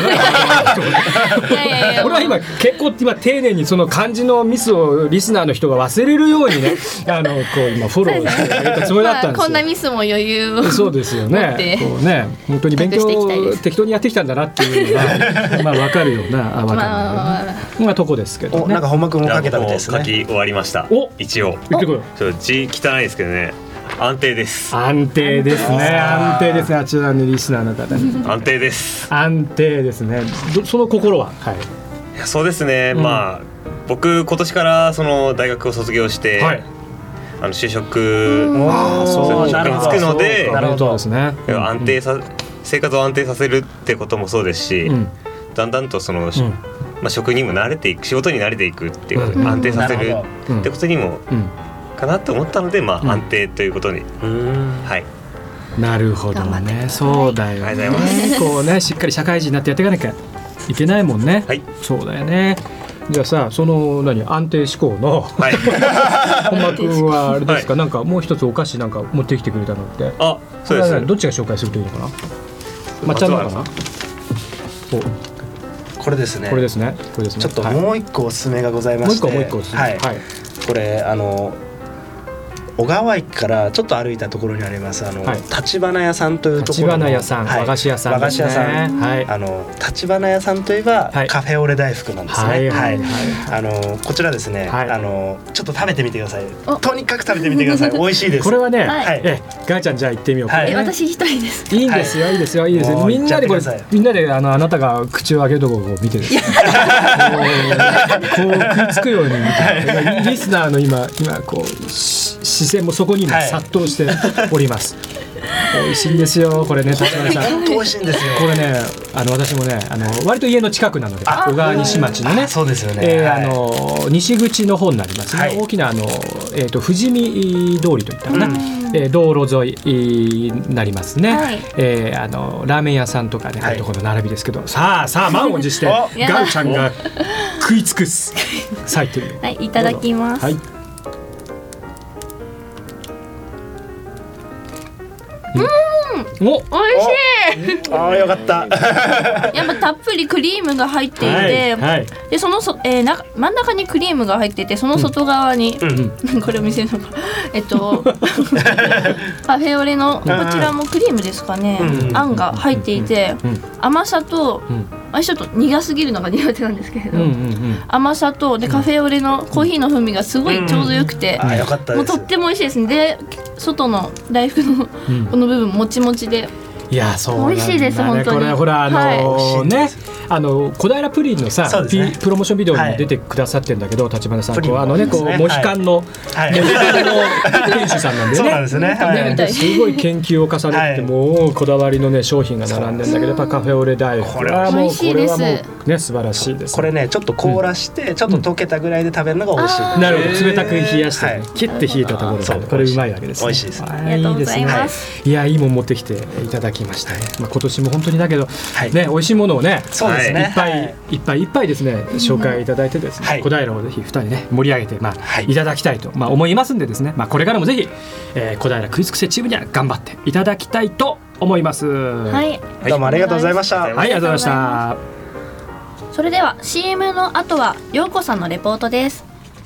や俺は今結構丁寧にその漢字のミスをリスナーの人が忘れるようにねこう今フォローしてあげたつもりだったんですよ。 こんなミスも余裕をそうですよね。こうね本当に勉強適当にやってきたんだなっていうのがまあ分かるような分かるようなとこですけどね。 なんか本間君も書けたみたいですね。 書き終わりました。一応言ってこい。 字汚いですけどね。安定です。 安定ですね。安定ですね。あちらのリスナーの方に。 安定です。 安定ですね。その心は。はい。 いやそうですね。まあ僕今年からその大学を卒業して、就職に就くので、 なるほどですね。 生活を安定させるってこともそうですし、だんだんとそのまあ職にも慣れていく、仕事に慣れていくっていうこと、安定させるってことにも。かなと思ったので、まあ安定ということに、はい。 なるほどね。そうだよね。こうねしっかり社会人になってやっていかなきゃいけないもんね。そうだよね。じゃあさその安定志向の本間君はあれですか、なんかもう一つお菓子なんか持ってきてくれたのって。 あ、そうです。 どっちが紹介するといいのかな。抹茶のかな。 これですね。 これですね。これですね。 ちょっともう一個おすすめがございまして。 もう一個おすすめ。はい。 これ小川駅からちょっと歩いたところにあります立花屋さんというところの立花屋さん、和菓子屋さん、 和菓子屋さん、立花屋さんといえばカフェオレ大福なんですね。こちらですね、ちょっと食べてみてください。とにかく食べてみてください。美味しいです。 これはね、ガイちゃんじゃあ行ってみようか。 私一人です。 いいんですよ、いいですよ、いいですよ。みんなでこれみんなであなたが口を開けるところを見てる。こう食いつくように見て、リスナーの今こう視線もそこに殺到しております。美味しいんですよこれね。立花さん本当美味しいんですよ。 これね私もね割と家の近くなので小川西町のね、 そうですよね。 西口の方になりますね。大きな富士見通りといったかな、道路沿いになりますね。ラーメン屋さんとかねあるところの並びですけど、さあ満を持してガウちゃんが食い尽くすサイトル。 はい、いただきます。はい。美味しい。 ああよかった。 やっぱたっぷりクリームが入っていて、でその真ん中にクリームが入っていて、その外側にこれを見せるのかカフェオレのこちらもクリームですかね、あんが入っていて、甘さとちょっと苦すぎるのが苦手なんですけれど、甘さとでカフェオレのコーヒーの風味がすごいちょうどよくて、もうとっても美味しいですね。で外の大福のこの部分もちもちで、 いやそう美味しいです本当に。 これほらね小平プリンのさプロモーションビデオに出てくださってるんだけど、立花さんこうモヒカンの店主さんなんでね。 そうなんですね。 すごい研究を重ねてもうこだわりのね商品が並んでるんだけど、やっぱカフェオレ大福はもうこれはもうね素晴らしいです。 これねちょっと凍らしてちょっと溶けたぐらいで食べるのが美味しい。 なるほど。冷たく冷やしてキュッて冷えたところでこれうまいわけですね。 美味しいです。 ありがとうございます。 いやいいもん持ってきていただきましたね。今年も本当にだけどね美味しいものをねいっぱいですね紹介いただいてですね、小平をぜひ2人ね盛り上げていただきたいと思いますんでですね、これからもぜひ小平食い尽くせチームには頑張っていただきたいと思います。 はい、 どうもありがとうございました。 はい、ありがとうございました。 それでは CM の後は陽子さんのレポートです。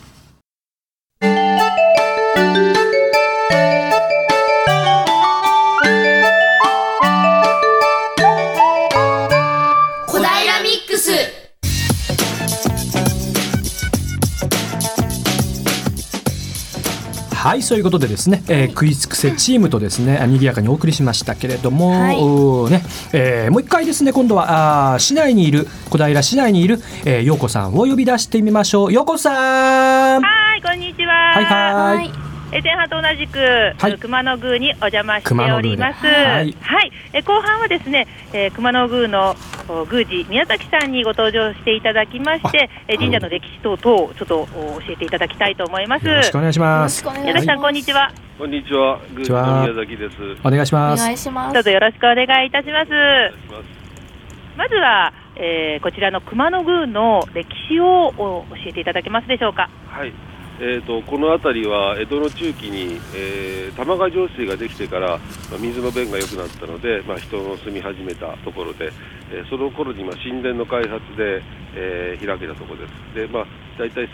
はい、そういうことでですね、食い尽くせチームとですね賑やかにお送りしましたけれども、もう一回ですね今度は小平市内にいる陽子さんを呼び出してみましょう。陽子さん。 はい、こんにちは。 はい。 前半と同じく、熊野宮にお邪魔しております。はい、後半はですね、熊野宮の宮司宮崎さんにご登場していただきまして、神社の歴史等々ちょっと教えていただきたいと思います。 よろしくお願いします。 宮崎さん、こんにちは。 こんにちは、宮司の宮崎です。 お願いします。 どうぞよろしくお願いいたします。まずは、こちらの熊野宮の歴史を教えていただけますでしょうか。 はい。この辺りは江戸の中期に、玉川上水ができてから、水の便が良くなったので、人の住み始めたところで、その頃に神殿の開発で、開けたところです。で、 だいたい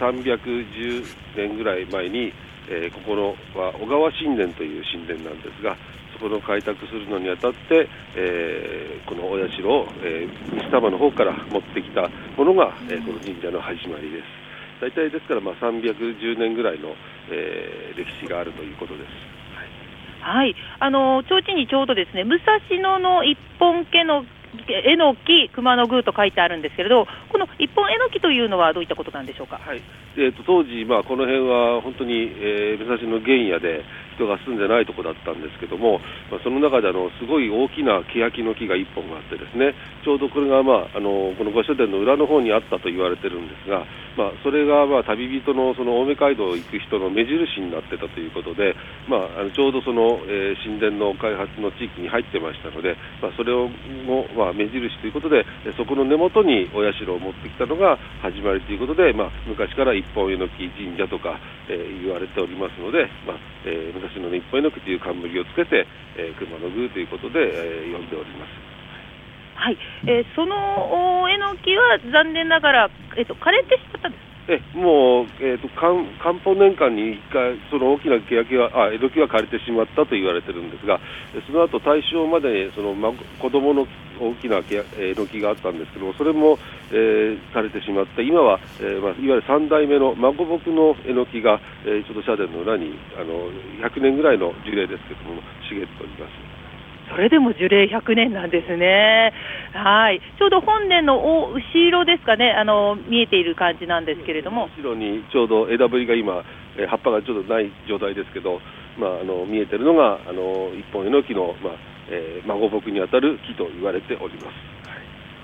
310年ぐらい前に、ここのは小川神殿という神殿なんですが、そこの開拓するのにあたって、このお社を、西多摩の方から持ってきたものが、この神社の始まりです。大体ですから、310年ぐらいの、歴史があるということです。 はい、提灯にちょうどですね、武蔵野の一本家のえのき熊野宮と書いてあるんですけれど、この一本えのきというのはどういったことなんでしょうか。 はい、当時、この辺は本当に、武蔵野原野で人が住んでないところだったんですけども、その中ですごい大きな欅の木が1本あってですね、ちょうどこれが、この御所殿の裏の方にあったと言われてるんですが、それが旅人のその青梅街道を行く人の目印になってたということで、ちょうどその、神殿の開発の地域に入ってましたので、それをも、目印ということで、そこの根元にお社を持ってきたのが始まりということで、昔から一本えのき神社とか、言われておりますので、昔の一本えのきという冠をつけて、熊野宮ということで、呼んでおります。 はい、そのえのきは残念ながら、枯れてしまったんです。 もう、漢方年間に1回その大きな欅はえのきは枯れてしまったと言われてるんですが、その後大正までにその、子供の大きなえのきがあったんですけども、それも、枯れてしまって、今は、いわゆる3代目の孫僕のえのきが、ちょうど社殿の裏に100年ぐらいの樹齢ですけども茂っております。 それでも樹齢100年なんですね。はい、ちょうど本殿の後ろですかね、見えている感じなんですけれども、 後ろにちょうど枝ぶりが今、葉っぱがちょっとない状態ですけど、見えているのが一本えのきの、孫僕にあたる木と言われております。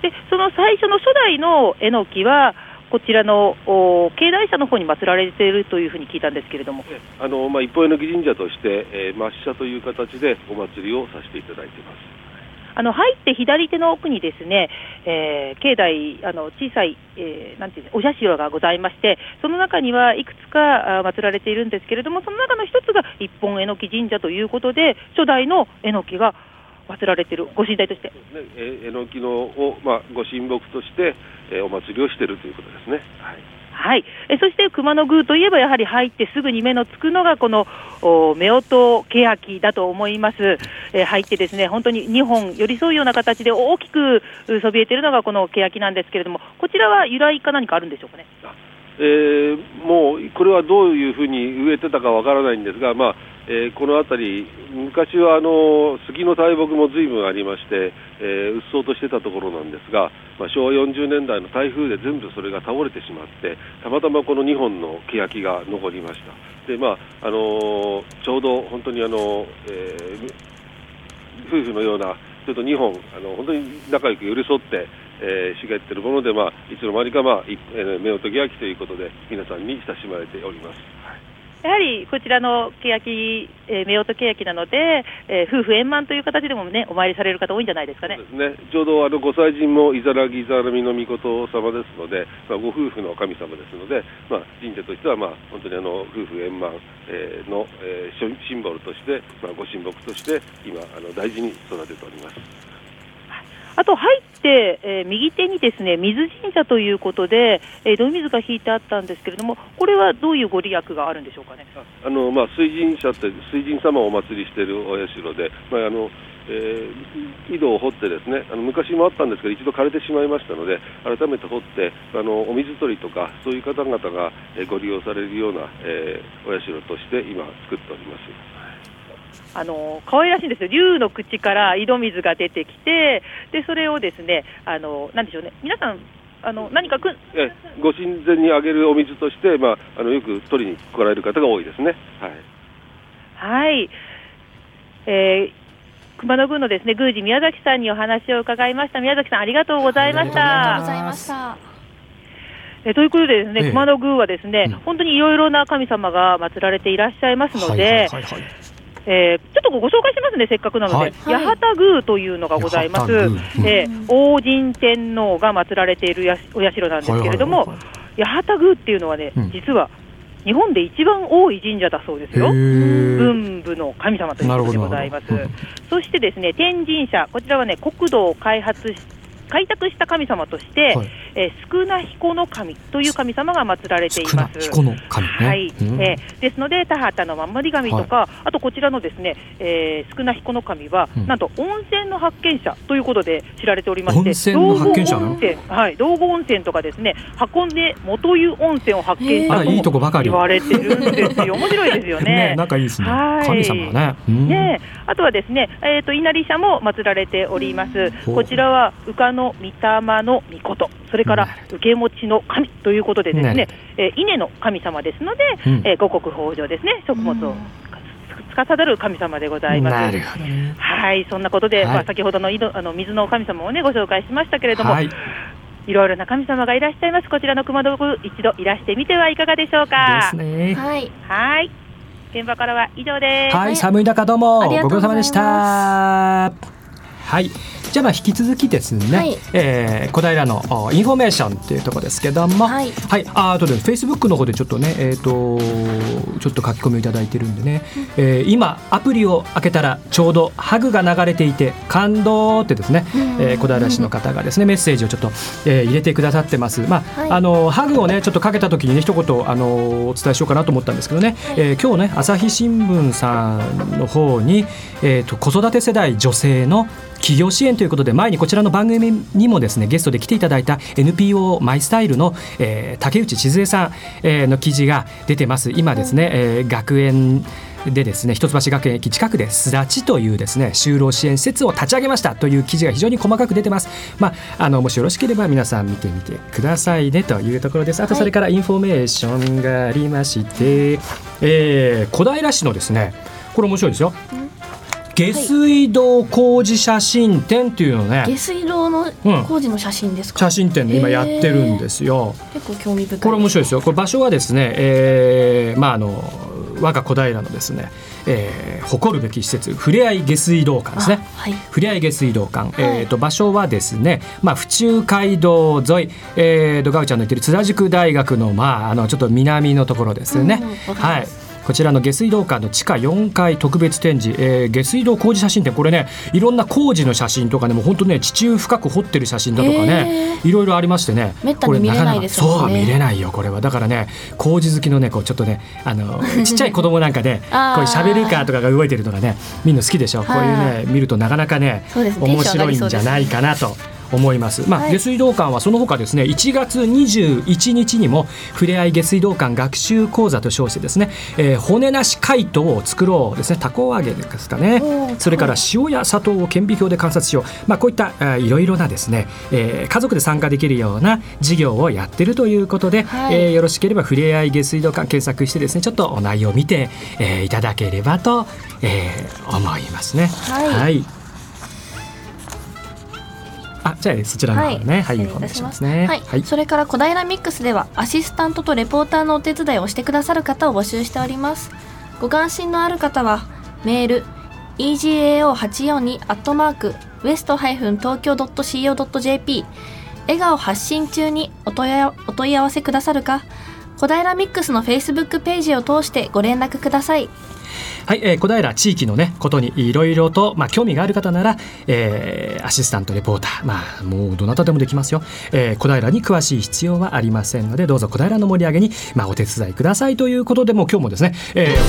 でその最初の初代のえのきはこちらの境内社の方に祀られているというふうに聞いたんですけれども、 一本えのき神社として、末社という形でお祭りをさせていただいています。 入って左手の奥にですね、境内小さい、なんていうお社がございまして、その中にはいくつか祀られているんですけれども、その中の一つが一本えのき神社ということで、初代のえのきが祀られているご神体として、 えのきのを、ご神木として、お祭りをしているということですね。 はい、そして熊野宮といえばやはり入ってすぐに目のつくのがこの夫婦欅だと思います。入ってですね、本当に2本寄り添うような形で大きくそびえているのがこの欅なんですけれども、こちらは由来か何かあるんでしょうかね。 もうこれはどういうふうに植えてたかわからないんですが、この辺り昔は杉の大木も随分ありまして、うっそうとしてたところなんですが、昭和40年代の台風で全部それが倒れてしまって、たまたまこの2本の欅が残りました。で、ちょうど本当に夫婦のようなちょっと2本本当に仲良く寄り添って茂っているもので、いつの間にか、夫婦欅ということで皆さんに親しまれております。 やはりこちらの欅、夫婦欅なので、夫婦円満という形でもね、お参りされる方多いんじゃないですかね。 そうですね、ちょうどご祭神もイザナギイザナミの御事様ですので、ご夫婦の神様ですので、神社としては、本当に夫婦円満、の、シンボルとして、ご神木として今大事に育てております。 あと入って、右手にですね、水神社ということで、井戸水が引いてあったんですけれども、これはどういうご利益があるんでしょうかね。 水神社って水神様をお祭りしているお社で、井戸を掘ってですね、昔もあったんですけど一度枯れてしまいましたので、改めて掘ってお水取りとかそういう方々がご利用されるような、お社として今作っております。 可愛らしいんですよ。竜の口から井戸水が出てきて、でそれをですね、なんでしょうね、皆さん何かご神前にあげるお水として、よく取りに来られる方が多いですね。 はい、熊野宮のですね、宮司宮崎さんにお話を伺いました。宮崎さん、ありがとうございました。 ありがとうございました。 ということでですね、熊野宮はですね、本当にいろいろな神様が祀られていらっしゃいますので、ちょっとご紹介しますね、せっかくなので。八幡宮というのがございます。王神天皇が祀られているお社なんですけれども、八幡宮っていうのはね、実は日本で一番多い神社だそうですよ。文武の神様ということでございます。そしてですね、天神社、こちらはね、国土を開拓した神様として、 宿名彦の神という神様が祀られています。 宿名彦の神ね、 はい、ですので田畑の守り神とか、はい、あとこちらのですね、宿名彦の神は、なんと温泉の発見者ということで知られておりまして、 温泉の発見者なの？ はい、道後温泉とかですね、箱根元湯温泉を発見したといいとこばかり言われてるんですよ。面白いですよね。 仲いいですね。神様ね。 ね、あとはですね、稲荷社も祀られております。こちらは宇賀の御霊の御事、それから受け持ちの神ということでですね、稲の神様ですので、五穀豊穣ですね、食物を司る神様でございます。 なるほどね。 はい、そんなことで、先ほどの水の神様をねご紹介しましたけれども、いろいろな神様がいらっしゃいます。こちらの熊道具、一度いらしてみてはいかがでしょうか。 ですね。 はい、現場からは以上です。 はい、寒い中どうもご苦労様でした。はい、じゃあ引き続きですね、小平のインフォメーションというところですけども、あとで Facebook の方でちょっとね、ちょっと書き込みをいただいてるんでね、今アプリを開けたらちょうどハグが流れていて感動ってですね、小平市の方がですねメッセージをちょっと、入れてくださってます。ハグをねちょっとかけた時にね一言お伝えしようかなと思ったんですけどね、今日ね朝日新聞さんの方に、子育て世代女性の企業支援ということで、前にこちらの番組にもですねゲストで来ていただいた NPO マイスタイルの、竹内千鶴さん、の記事が出てます。今ですね、学園でですね、一橋学園駅近くですだちというですね就労支援施設を立ち上げましたという記事が非常に細かく出てます。もしよろしければ皆さん見てみてくださいねというところです。あとそれからインフォメーションがありまして、小平市のですね、これ面白いですよ、下水道工事写真展っていうのね、 下水道の工事の写真ですか？ 写真展で今やってるんですよ。 結構興味深い。 これ面白いですよ。これ場所はですね、我が小平のですね、誇るべき施設ふれあい下水道館ですね。ふれあい下水道館、場所はですね、府中街道沿い、ガウちゃんの言ってる津田塾大学のちょっと南のところですね。はい。こちらの下水道館の地下4階特別展示、下水道工事写真展、これねいろんな工事の写真とかね、もう本当ね地中深く掘ってる写真だとかね、いろいろありましてね、 めったに見れないですもんね。 そう見れないよこれは。だからね工事好きのねこうちょっとねちっちゃい子供なんかでこういうシャベルカーとかが動いてるのがねみんな好きでしょ。こういうね見るとなかなかね面白いんじゃないかなと思います。下水道館はその他ですね、1月21日にもふれあい下水道館学習講座と称してですね、骨なし海藻を作ろうですね、たこ揚げですかね、それから塩や砂糖を顕微鏡で観察しよう、こういったいろいろなですね、家族で参加できるような授業をやってるということで、よろしければふれあい下水道館検索してですね、ちょっと内容を見て、いただければと、思いますね。じゃあそちらの方ね、 失礼いたしますね。それから小平ミックスではアシスタントとレポーターのお手伝いをしてくださる方を募集しております。ご関心のある方はメール egao842@west-tokyo.co.jp 笑顔発信中にお問い合わせくださるか、小平ミックスの Facebook ページを通してご連絡ください。 はい、小平地域のねことにいろいろと、興味がある方なら、アシスタントレポーター、もうどなたでもできますよ。小平に詳しい必要はありませんので、どうぞ小平の盛り上げに、お手伝いくださいということで、もう今日もですね、放送もね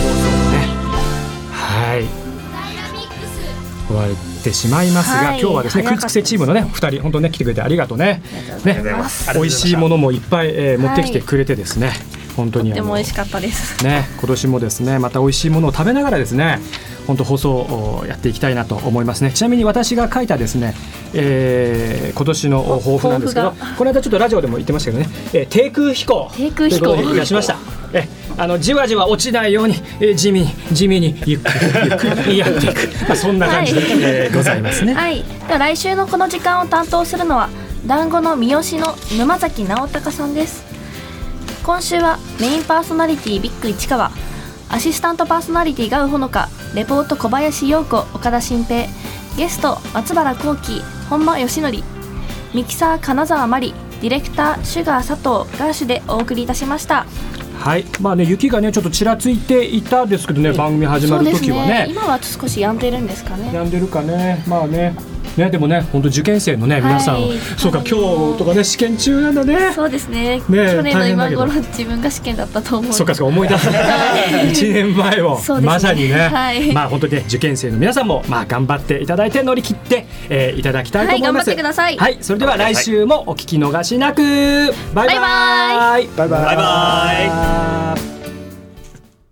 終わってしまいますが、今日はですねクイズクセチームのね2人本当ね来てくれてありがとうね。美味しいものもいっぱい、持ってきてくれてですね、本当にとても美味しかったですね。今年もですねまた美味しいものを食べながらですね本当放送をやっていきたいなと思いますね。ちなみに私が書いたですね、今年の抱負なんですけど、この間ちょっとラジオでも言ってましたけどね、低空飛行ということで出しました。じわじわ落ちないように、地味にゆっくりやっていく、そんな感じで、ございますね。 では来週のこの時間を担当するのは団子の三好の沼崎直隆さんです。今週はメインパーソナリティビッグ市川、アシスタントパーソナリティガウほのか、レポート小林陽子、岡田新平、ゲスト松原幸喜、本間義則、ミキサー金沢真理、ディレクターシュガー佐藤ガーシュでお送りいたしました。 雪がねちょっとちらついていたですけどね、番組始まる時はね。 今は少し止んでるんですかね。 止んでるかね。 ね、でもね本当受験生のね皆さん、はい、そうか今日とかね試験中なんだね。 そうですね。去年の今頃自分が試験だったと思う。 そうか思い出す1年前を、ね、まさにね、はい、まあ本当にね受験生の皆さんもまあ頑張っていただいて乗り切って、いただきたいと思います。はい、 頑張ってください。 はい、それでは来週もお聞き逃しなく。バイバイ。 バイバイ。